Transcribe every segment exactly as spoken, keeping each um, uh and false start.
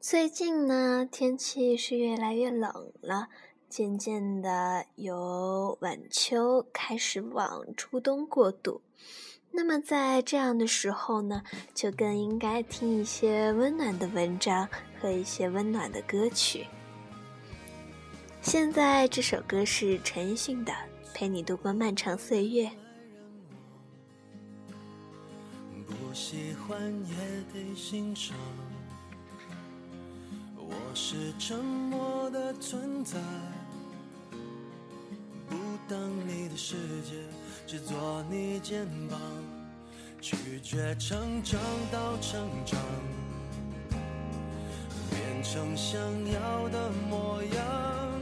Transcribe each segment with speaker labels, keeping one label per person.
Speaker 1: 最近呢，天气是越来越冷了，渐渐的由晚秋开始往初冬过渡。那么在这样的时候呢，就更应该听一些温暖的文章和一些温暖的歌曲。现在这首歌是陈奕迅的《陪你度过漫长岁月》。
Speaker 2: 不喜欢也得欣赏，我是沉默的存在，不当你的世界，只做你肩膀，拒绝成长到成长，变成想要的模样，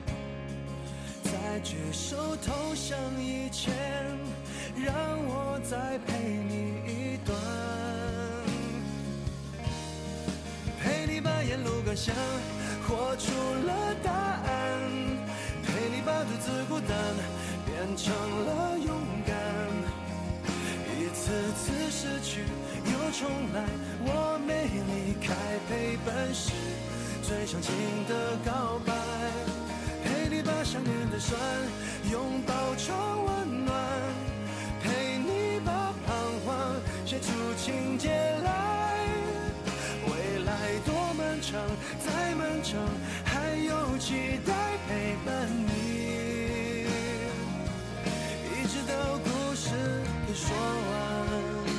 Speaker 2: 在举手投降以前，让我再陪你一段，陪你把沿路感想活出了答案，陪你把独自孤单变成了勇敢，一次次失去又重来，我没离开，陪伴是最长情的告白，陪你把想念的酸拥抱成温暖，陪你把彷徨写出情节来，未来多漫长，再漫长还有期待陪伴你，一直到故事给说完。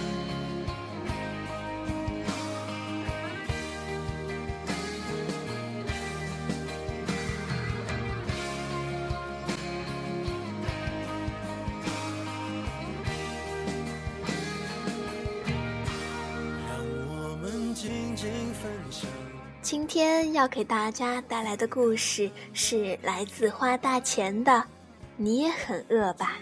Speaker 1: 今天要给大家带来的故事是来自花大钱的《你也很饿吧》。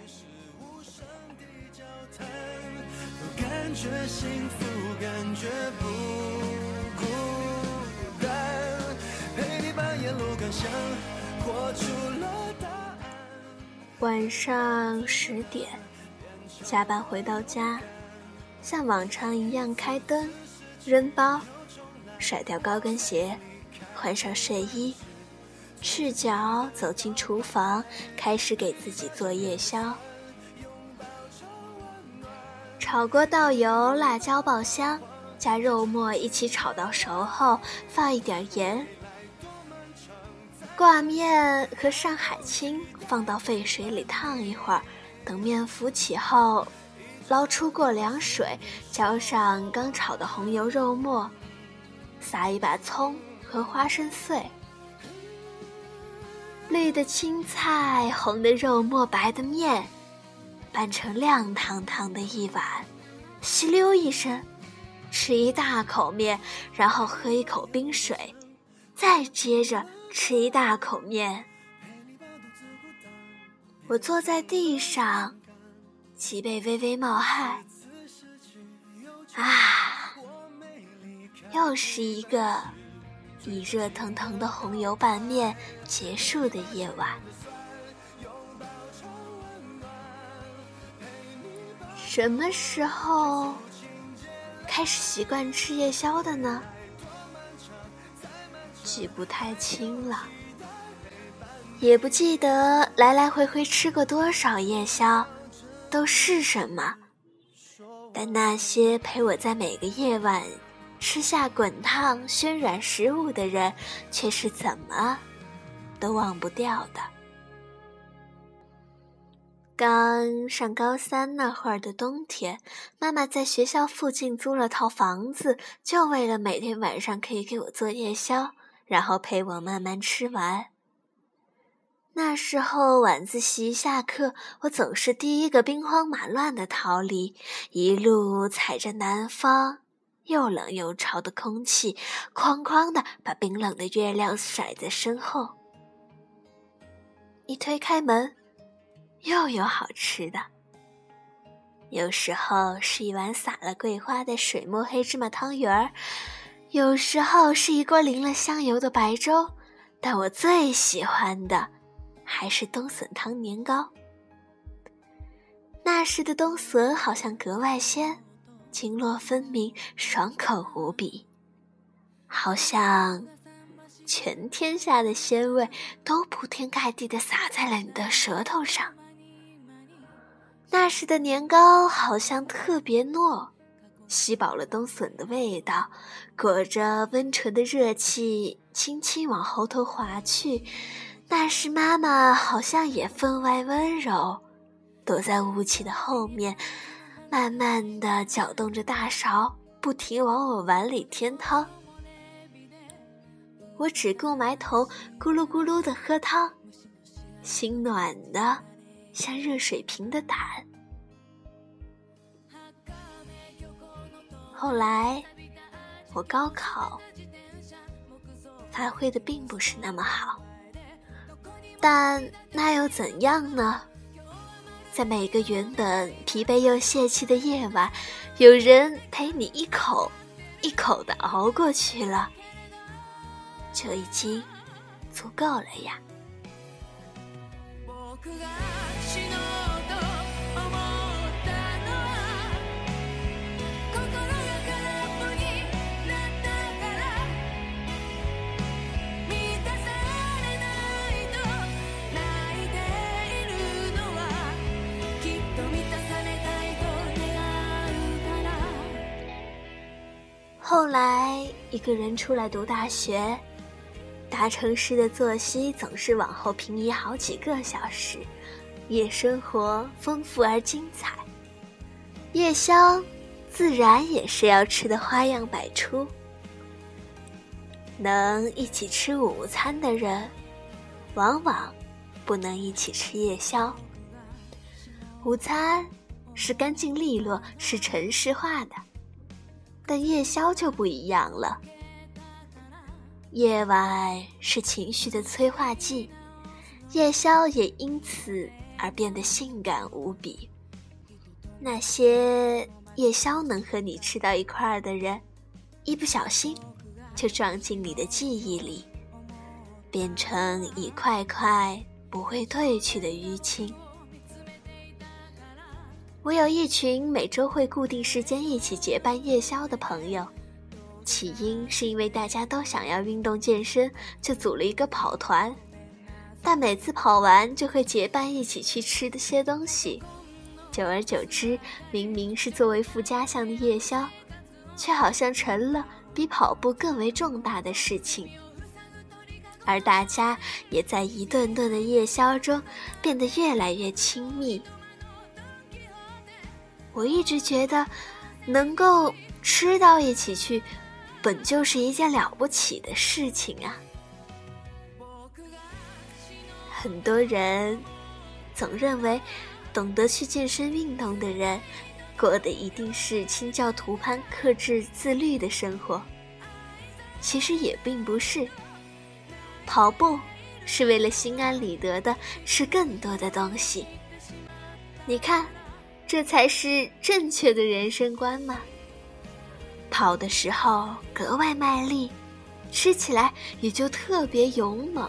Speaker 2: 感觉幸福，感觉不孤单，陪你把沿路感想活出了答案。
Speaker 1: 晚上十点，下班回到家，像往常一样开灯，扔包，甩掉高跟鞋，换上睡衣，赤脚走进厨房，开始给自己做夜宵。炒锅倒油，辣椒爆香，加肉末一起炒到熟后，放一点盐。挂面和上海青放到沸水里烫一会儿，等面浮起后，捞出过凉水，浇上刚炒的红油肉末，撒一把葱和花生碎。绿的青菜，红的肉末，白的面，拌成亮堂堂的一碗，吸溜一声，吃一大口面，然后喝一口冰水，再接着吃一大口面。我坐在地上，脊背微微冒汗。啊，又是一个以热腾腾的红油拌面结束的夜晚。什么时候开始习惯吃夜宵的呢？记不太清了，也不记得来来回回吃过多少夜宵，都是什么。但那些陪我在每个夜晚吃下滚烫渲染食物的人，却是怎么都忘不掉的。刚上高三那会儿的冬天，妈妈在学校附近租了套房子，就为了每天晚上可以给我做夜宵，然后陪我慢慢吃完。那时候晚自习下课，我总是第一个兵荒马乱地逃离，一路踩着南方又冷又潮的空气，哐哐地把冰冷的月亮甩在身后。一推开门，又有好吃的，有时候是一碗撒了桂花的水磨黑芝麻汤圆儿，有时候是一锅淋了香油的白粥，但我最喜欢的还是冬笋汤年糕。那时的冬笋好像格外鲜，经络分明，爽口无比。 好像全天下的鲜味都铺天盖地地洒在了你的舌头上。那时的年糕好像特别糯，吸饱了冬笋的味道，裹着温纯的热气，轻轻往喉头滑去。那时妈妈好像也分外温柔，躲在雾气的后面，慢慢地搅动着大勺，不停往我碗里添汤。我只顾埋头咕噜咕噜地喝汤，心暖的像热水瓶的胆。后来我高考发挥的并不是那么好，但那又怎样呢？在每个原本疲惫又泄气的夜晚，有人陪你一口一口地熬过去了，就已经足够了呀。后来一个人出来读大学，大城市的作息总是往后平移好几个小时，夜生活丰富而精彩，夜宵自然也是要吃的花样百出。能一起吃午餐的人，往往不能一起吃夜宵。午餐是干净利落，是城市化的，但夜宵就不一样了。夜晚是情绪的催化剂，夜宵也因此而变得性感无比。那些夜宵能和你吃到一块儿的人，一不小心就撞进你的记忆里，变成一块块不会褪去的淤青。我有一群每周会固定时间一起结伴夜宵的朋友，起因是因为大家都想要运动健身，就组了一个跑团，但每次跑完就会结伴一起去吃的些东西，久而久之，明明是作为附加项的夜宵，却好像成了比跑步更为重大的事情。而大家也在一顿顿的夜宵中变得越来越亲密。我一直觉得能够吃到一起去本就是一件了不起的事情啊。很多人总认为懂得去健身运动的人过的一定是清教徒般克制自律的生活，其实也并不是。跑步是为了心安理得的吃更多的东西，你看，这才是正确的人生观嘛。跑的时候格外卖力，吃起来也就特别勇猛。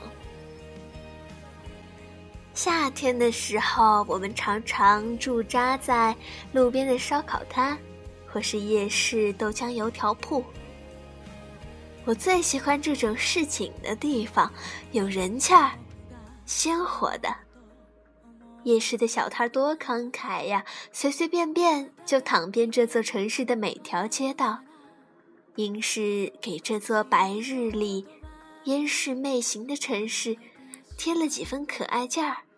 Speaker 1: 夏天的时候，我们常常驻扎在路边的烧烤摊，或是夜市豆浆油条铺。我最喜欢这种市井的地方，有人气儿，鲜活的。夜市的小摊多慷慨呀，随随便便就躺遍这座城市的每条街道，应是给这座白日里烟视媚行的城市添了几分可爱劲儿。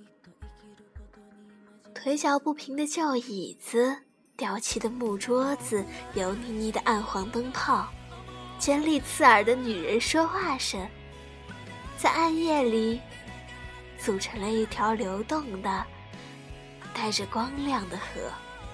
Speaker 1: 腿脚不平的旧椅子，掉漆的木桌子，油腻腻的暗黄灯泡，尖利刺耳的女人说话声，在暗夜里组成了一条流动的带着光亮的河。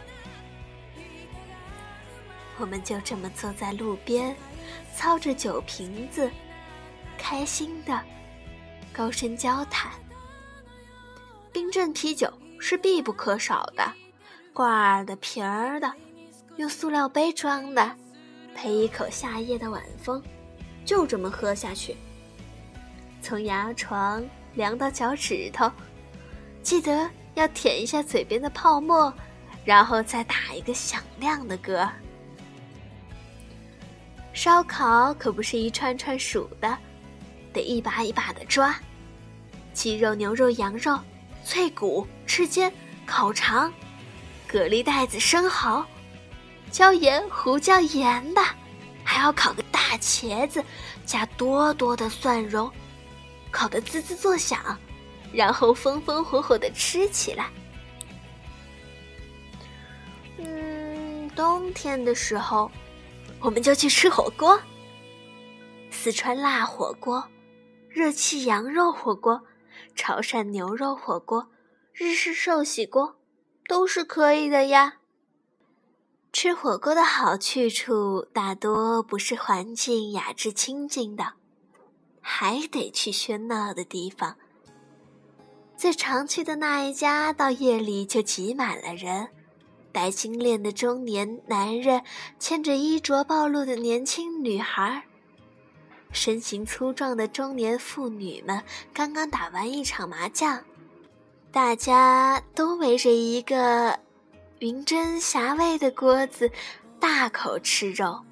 Speaker 1: 我们就这么坐在路边，操着酒瓶子，开心的高声交谈。冰镇啤酒是必不可少的，罐儿的、瓶儿的，用塑料杯装的，配一口夏夜的晚风，就这么喝下去。从牙床凉到脚趾头，记得要舔一下嘴边的泡沫，然后再打一个响亮的嗝。 烧烤可不是一串串数的，得一把一把的抓。鸡肉、牛肉、羊肉、脆骨、翅尖、烤肠、蛤蜊带子、生蚝，椒盐、胡椒盐的，还要烤个大茄子，加多多的蒜蓉，烤得滋滋作响，然后风风火火地吃起来。嗯，冬天的时候，我们就去吃火锅。四川辣火锅、热气羊肉火锅、潮汕牛肉火锅、日式寿喜锅，都是可以的呀。吃火锅的好去处大多不是环境雅致清静的，还得去喧闹的地方。最常去的那一家，到夜里就挤满了人，戴金链的中年男人牵着衣着暴露的年轻女孩，身形粗壮的中年妇女们刚刚打完一场麻将，大家都围着一个云蒸霞蔚的锅子大口吃肉。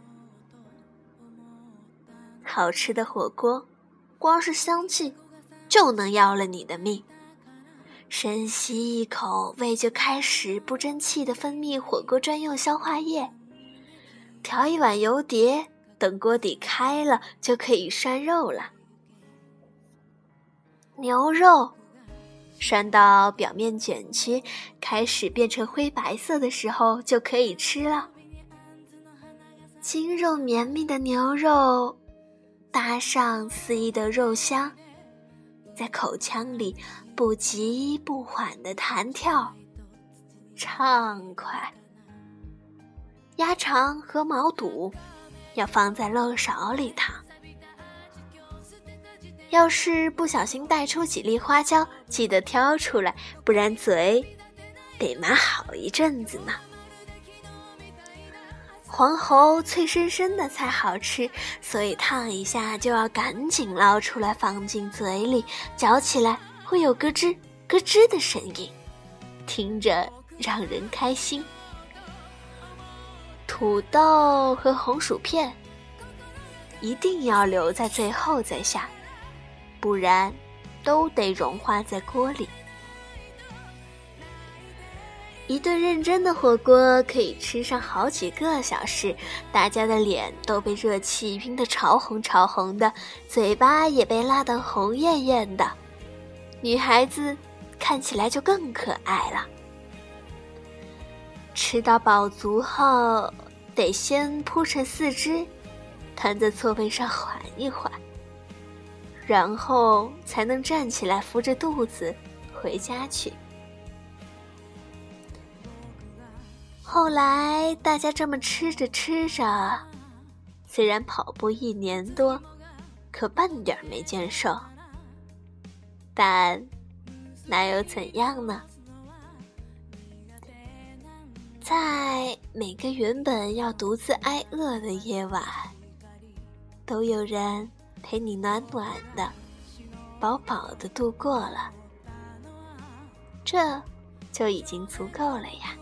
Speaker 1: 好吃的火锅，光是香气就能要了你的命。深吸一口，胃就开始不争气地分泌火锅专用消化液，调一碗油碟，等锅底开了就可以涮肉了。牛肉涮到表面卷曲，开始变成灰白色的时候就可以吃了。筋肉绵密的牛肉搭上肆意的肉香，在口腔里不急不缓地弹跳，畅快。鸭肠和毛肚要放在漏勺里烫，要是不小心带出几粒花椒，记得挑出来，不然嘴得麻好一阵子呢。黄喉脆生生的才好吃，所以烫一下就要赶紧捞出来放进嘴里，嚼起来会有咯吱咯吱的声音，听着让人开心。土豆和红薯片一定要留在最后再下，不然都得融化在锅里。一顿认真的火锅可以吃上好几个小时，大家的脸都被热气晕得潮红潮红的，嘴巴也被辣得红艳艳的，女孩子看起来就更可爱了。吃到饱足后，得先铺成四肢，瘫在座位上缓一缓，然后才能站起来扶着肚子回家去。后来大家这么吃着吃着，虽然跑步一年多，可半点没见瘦，但那又怎样呢？在每个原本要独自挨饿的夜晚，都有人陪你暖暖的饱饱的度过了，这就已经足够了呀。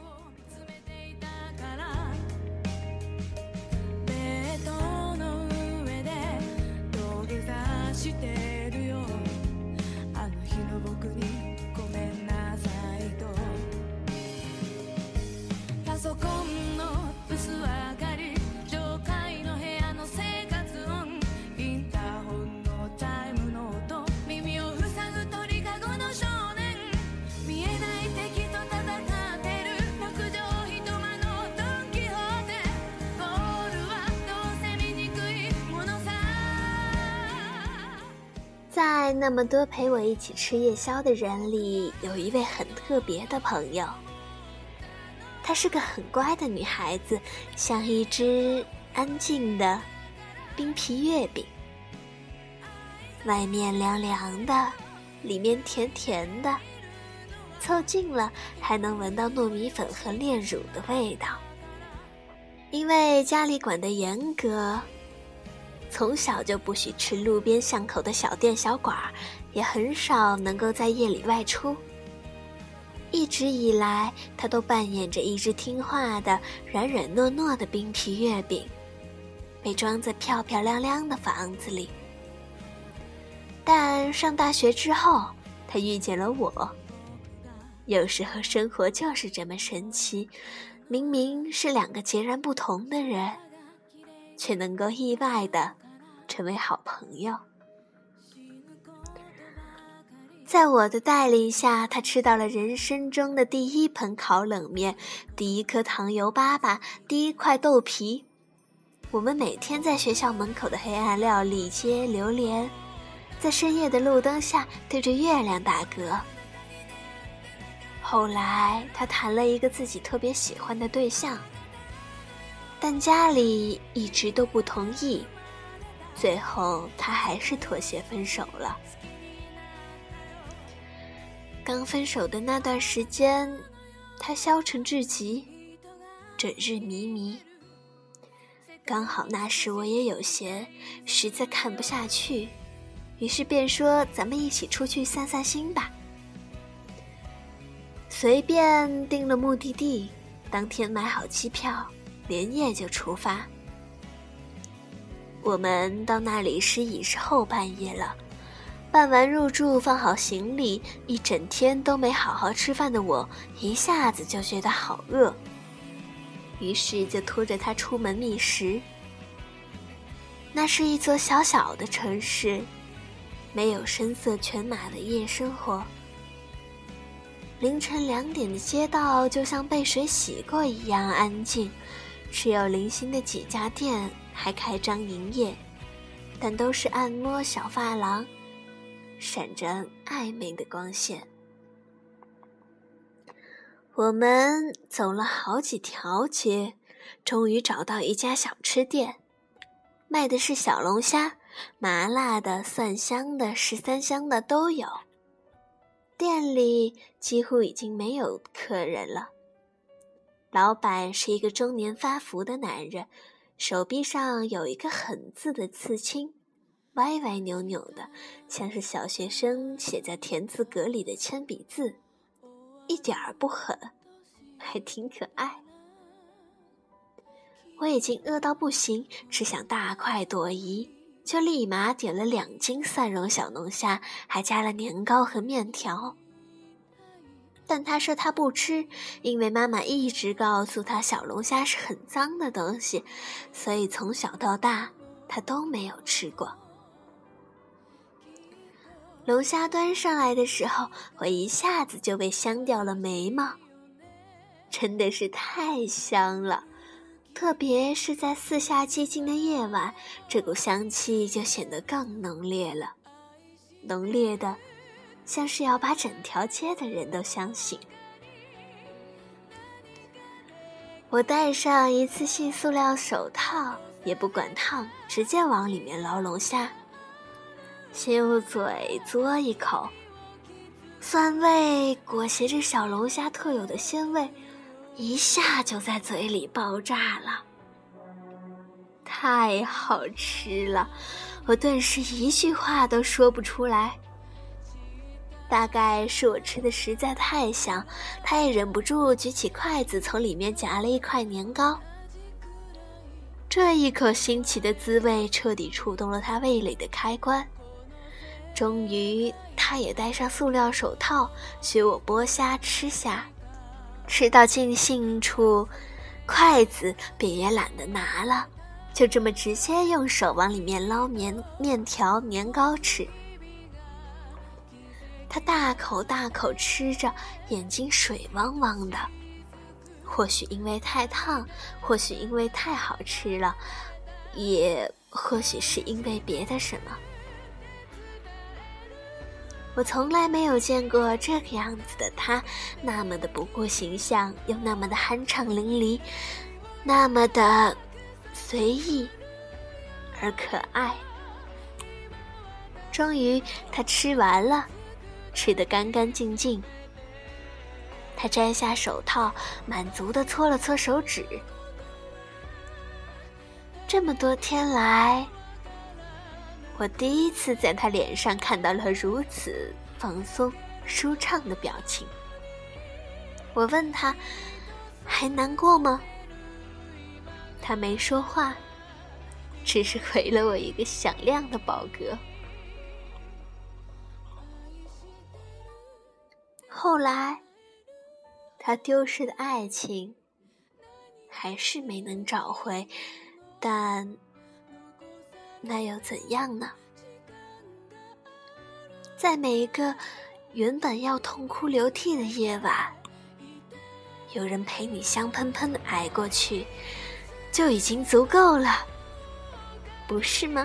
Speaker 1: 在那么多陪我一起吃夜宵的人里，有一位很特别的朋友。她是个很乖的女孩子，像一只安静的冰皮月饼，外面凉凉的，里面甜甜的，凑近了还能闻到糯米粉和炼乳的味道。因为家里管得严格，从小就不许吃路边巷口的小店小馆，也很少能够在夜里外出。一直以来，他都扮演着一只听话的软软糯糯的冰皮月饼， 被装在漂漂亮亮的房子里。但上大学之后，他遇见了我。有时候生活就是这么神奇，明明是两个截然不同的人，却能够意外地成为好朋友。在我的带领下，他吃到了人生中的第一盆烤冷面，第一颗糖油粑粑，第一块豆皮。我们每天在学校门口的黑暗料理街流连，在深夜的路灯下对着月亮打嗝。后来他谈了一个自己特别喜欢的对象，但家里一直都不同意，最后他还是妥协分手了。刚分手的那段时间，他消沉至极，整日迷迷。刚好那时我也有闲，实在看不下去，于是便说咱们一起出去散散心吧。随便定了目的地，当天买好机票，连夜就出发。我们到那里时已是后半夜了，办完入住，放好行李，一整天都没好好吃饭的我，一下子就觉得好饿，于是就拖着他出门觅食。那是一座小小的城市，没有声色犬马的夜生活。凌晨两点的街道就像被水洗过一样安静，只有零星的几家店还开张营业，但都是按摩小发廊，闪着暧昧的光线。我们走了好几条街，终于找到一家小吃店，卖的是小龙虾，麻辣的、蒜香的、十三香的都有。店里几乎已经没有客人了。老板是一个中年发福的男人，手臂上有一个狠字的刺青，歪歪扭扭的，像是小学生写在田字格里的铅笔字，一点儿不狠，还挺可爱。我已经饿到不行，只想大快朵颐，就立马点了两斤蒜蓉小龙虾，还加了年糕和面条。但他说他不吃，因为妈妈一直告诉他小龙虾是很脏的东西，所以从小到大他都没有吃过。龙虾端上来的时候，我一下子就被香掉了眉毛，真的是太香了，特别是在四下寂静的夜晚，这股香气就显得更浓烈了，浓烈的像是要把整条街的人都香醒。我戴上一次性塑料手套，也不管烫，直接往里面捞龙虾，先用嘴嘬一口，酸味裹挟着小龙虾特有的鲜味，一下就在嘴里爆炸了，太好吃了，我顿时一句话都说不出来。大概是我吃的实在太香，他也忍不住举起筷子从里面夹了一块年糕。这一口新奇的滋味彻底触动了他味蕾的开关，终于他也戴上塑料手套学我剥虾吃虾，吃到尽兴处，筷子便也懒得拿了，就这么直接用手往里面捞面面条年糕吃。他大口大口吃着，眼睛水汪汪的，或许因为太烫，或许因为太好吃了，也或许是因为别的什么。我从来没有见过这个样子的他，那么的不顾形象，又那么的酣畅淋漓，那么的随意而可爱。终于他吃完了，吃得干干净净。他摘下手套，满足地搓了搓手指。这么多天来，我第一次在他脸上看到了如此放松舒畅的表情。我问他还难过吗？他没说话， 只是回了我一个响亮的饱嗝。后来他丢失的爱情还是没能找回，但那又怎样呢？在每一个原本要痛哭流涕的夜晚，有人陪你香喷喷地挨过去，就已经足够了，不是吗？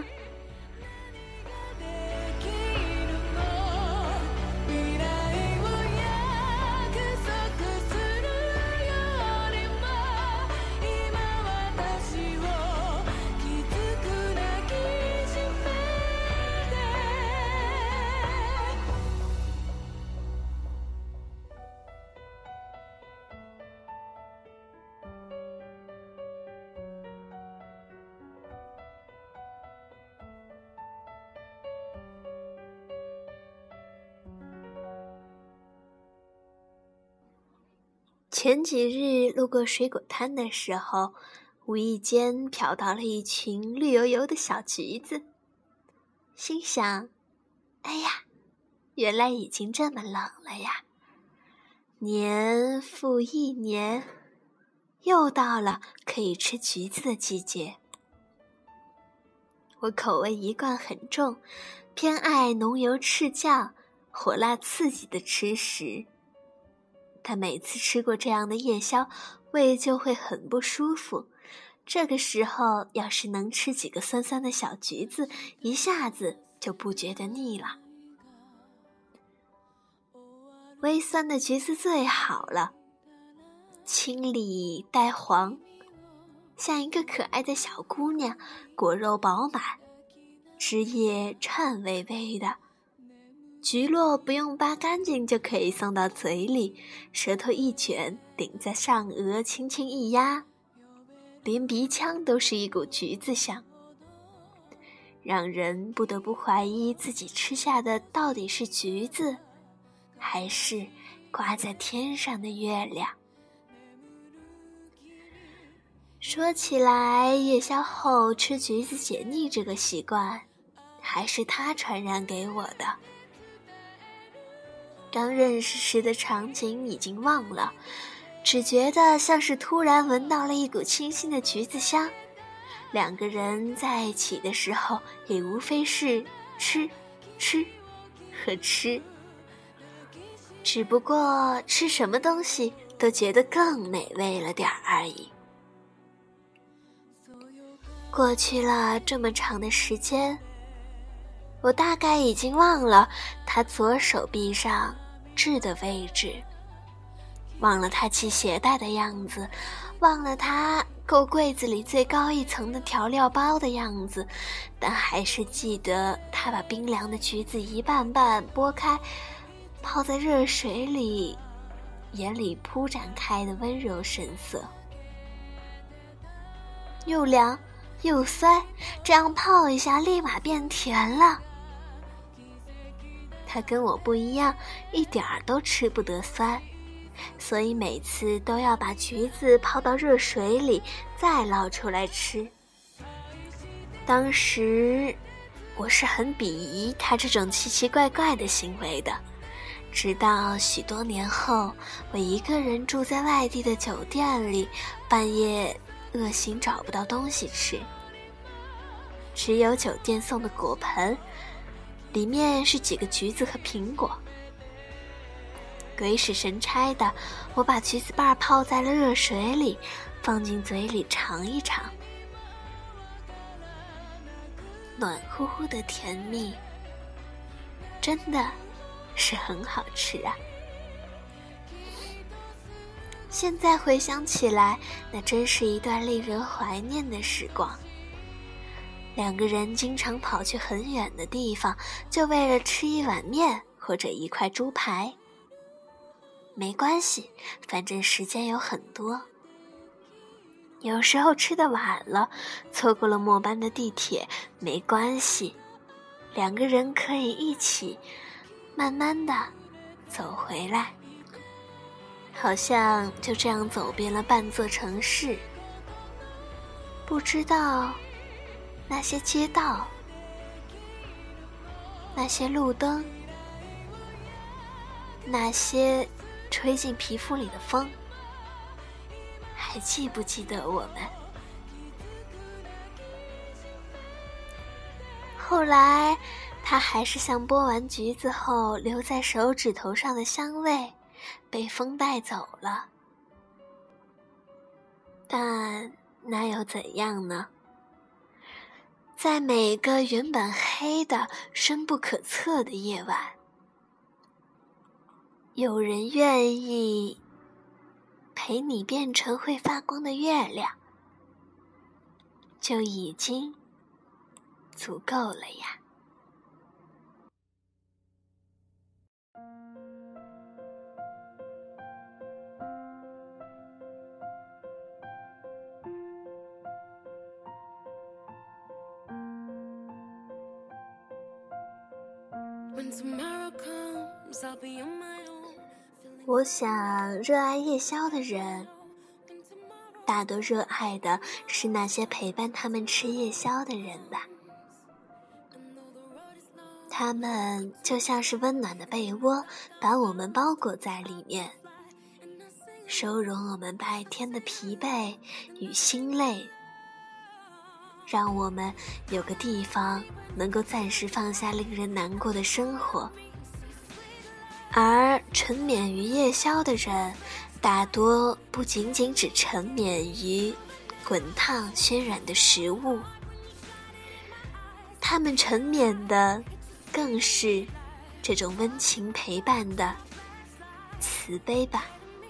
Speaker 1: 前几日路过水果摊的时候，无意间瞟到了一群绿油油的小橘子，心想，哎呀，原来已经这么冷了呀，年复一年，又到了可以吃橘子的季节。我口味一贯很重，偏爱浓油赤酱、火辣刺激的吃食，但每次吃过这样的夜宵，胃就会很不舒服。这个时候要是能吃几个酸酸的小橘子，一下子就不觉得腻了。微酸的橘子最好了，青里带黄，像一个可爱的小姑娘，果肉饱满，汁液颤巍巍的，橘络不用扒干净就可以送到嘴里，舌头一卷，顶在上颚轻轻一压，连鼻腔都是一股橘子香，让人不得不怀疑自己吃下的到底是橘子，还是挂在天上的月亮。说起来，夜宵后吃橘子解腻这个习惯，还是他传染给我的。刚认识时的场景已经忘了，只觉得像是突然闻到了一股清新的橘子香。两个人在一起的时候，也无非是吃、吃和吃，只不过吃什么东西都觉得更美味了点而已。过去了这么长的时间，我大概已经忘了他左手臂上痣的位置，忘了他系鞋带的样子，忘了他够柜子里最高一层的调料包的样子，但还是记得他把冰凉的橘子一瓣瓣剥开，泡在热水里，眼里铺展开的温柔神色。又凉又酸，这样泡一下立马变甜了。他跟我不一样，一点儿都吃不得酸，所以每次都要把橘子泡到热水里再捞出来吃。当时我是很鄙夷他这种奇奇怪怪的行为的，直到许多年后，我一个人住在外地的酒店里，半夜饿醒找不到东西吃，只有酒店送的果盆，里面是几个橘子和苹果。鬼使神差的，我把橘子瓣泡在了热水里，放进嘴里尝一尝，暖乎乎的甜蜜，真的是很好吃啊。现在回想起来，那真是一段令人怀念的时光。两个人经常跑去很远的地方，就为了吃一碗面或者一块猪排。没关系，反正时间有很多。有时候吃得晚了，错过了末班的地铁，没关系，两个人可以一起慢慢的走回来。好像就这样走遍了半座城市，不知道那些街道，那些路灯，那些吹进皮肤里的风，还记不记得我们？后来它还是像剥完橘子后留在手指头上的香味，被风带走了。但那又怎样呢？在每个原本黑的深不可测的夜晚，有人愿意陪你变成会发光的月亮，就已经足够了呀。我想热爱夜宵的人大多热爱的是那些陪伴他们吃夜宵的人吧。他们就像是温暖的被窝，把我们包裹在里面，收容我们白天的疲惫与心累，让我们有个地方能够暂时放下令人难过的生活。而沉湎于夜宵的人，大多不仅仅只沉湎于滚烫渲染的食物，他们沉湎的更是这种温情陪伴的慈悲吧。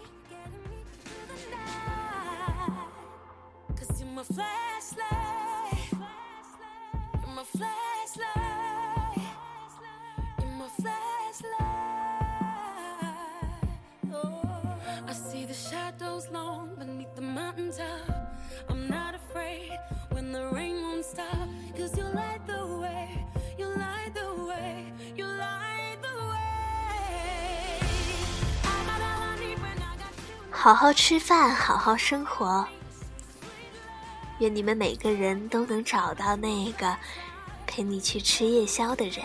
Speaker 1: 好好吃饭，好好生活。愿你们每个人都能找到那个陪你去吃夜宵的人。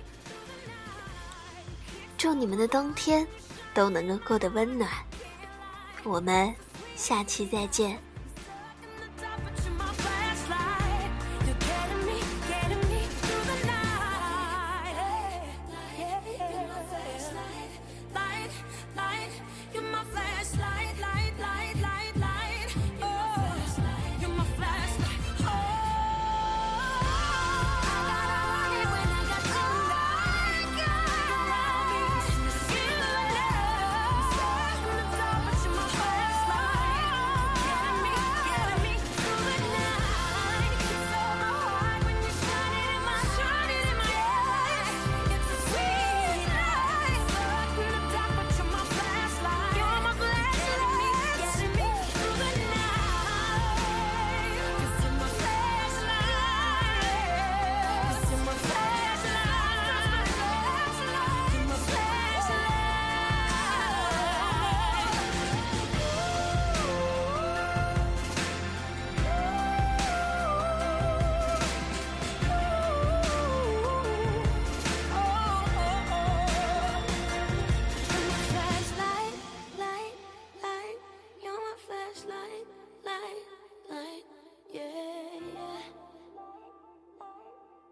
Speaker 1: 祝你们的冬天都能够过得温暖。我们下期再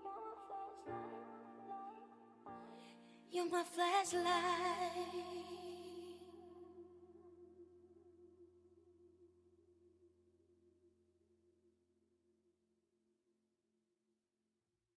Speaker 1: 见。You're my flashlight.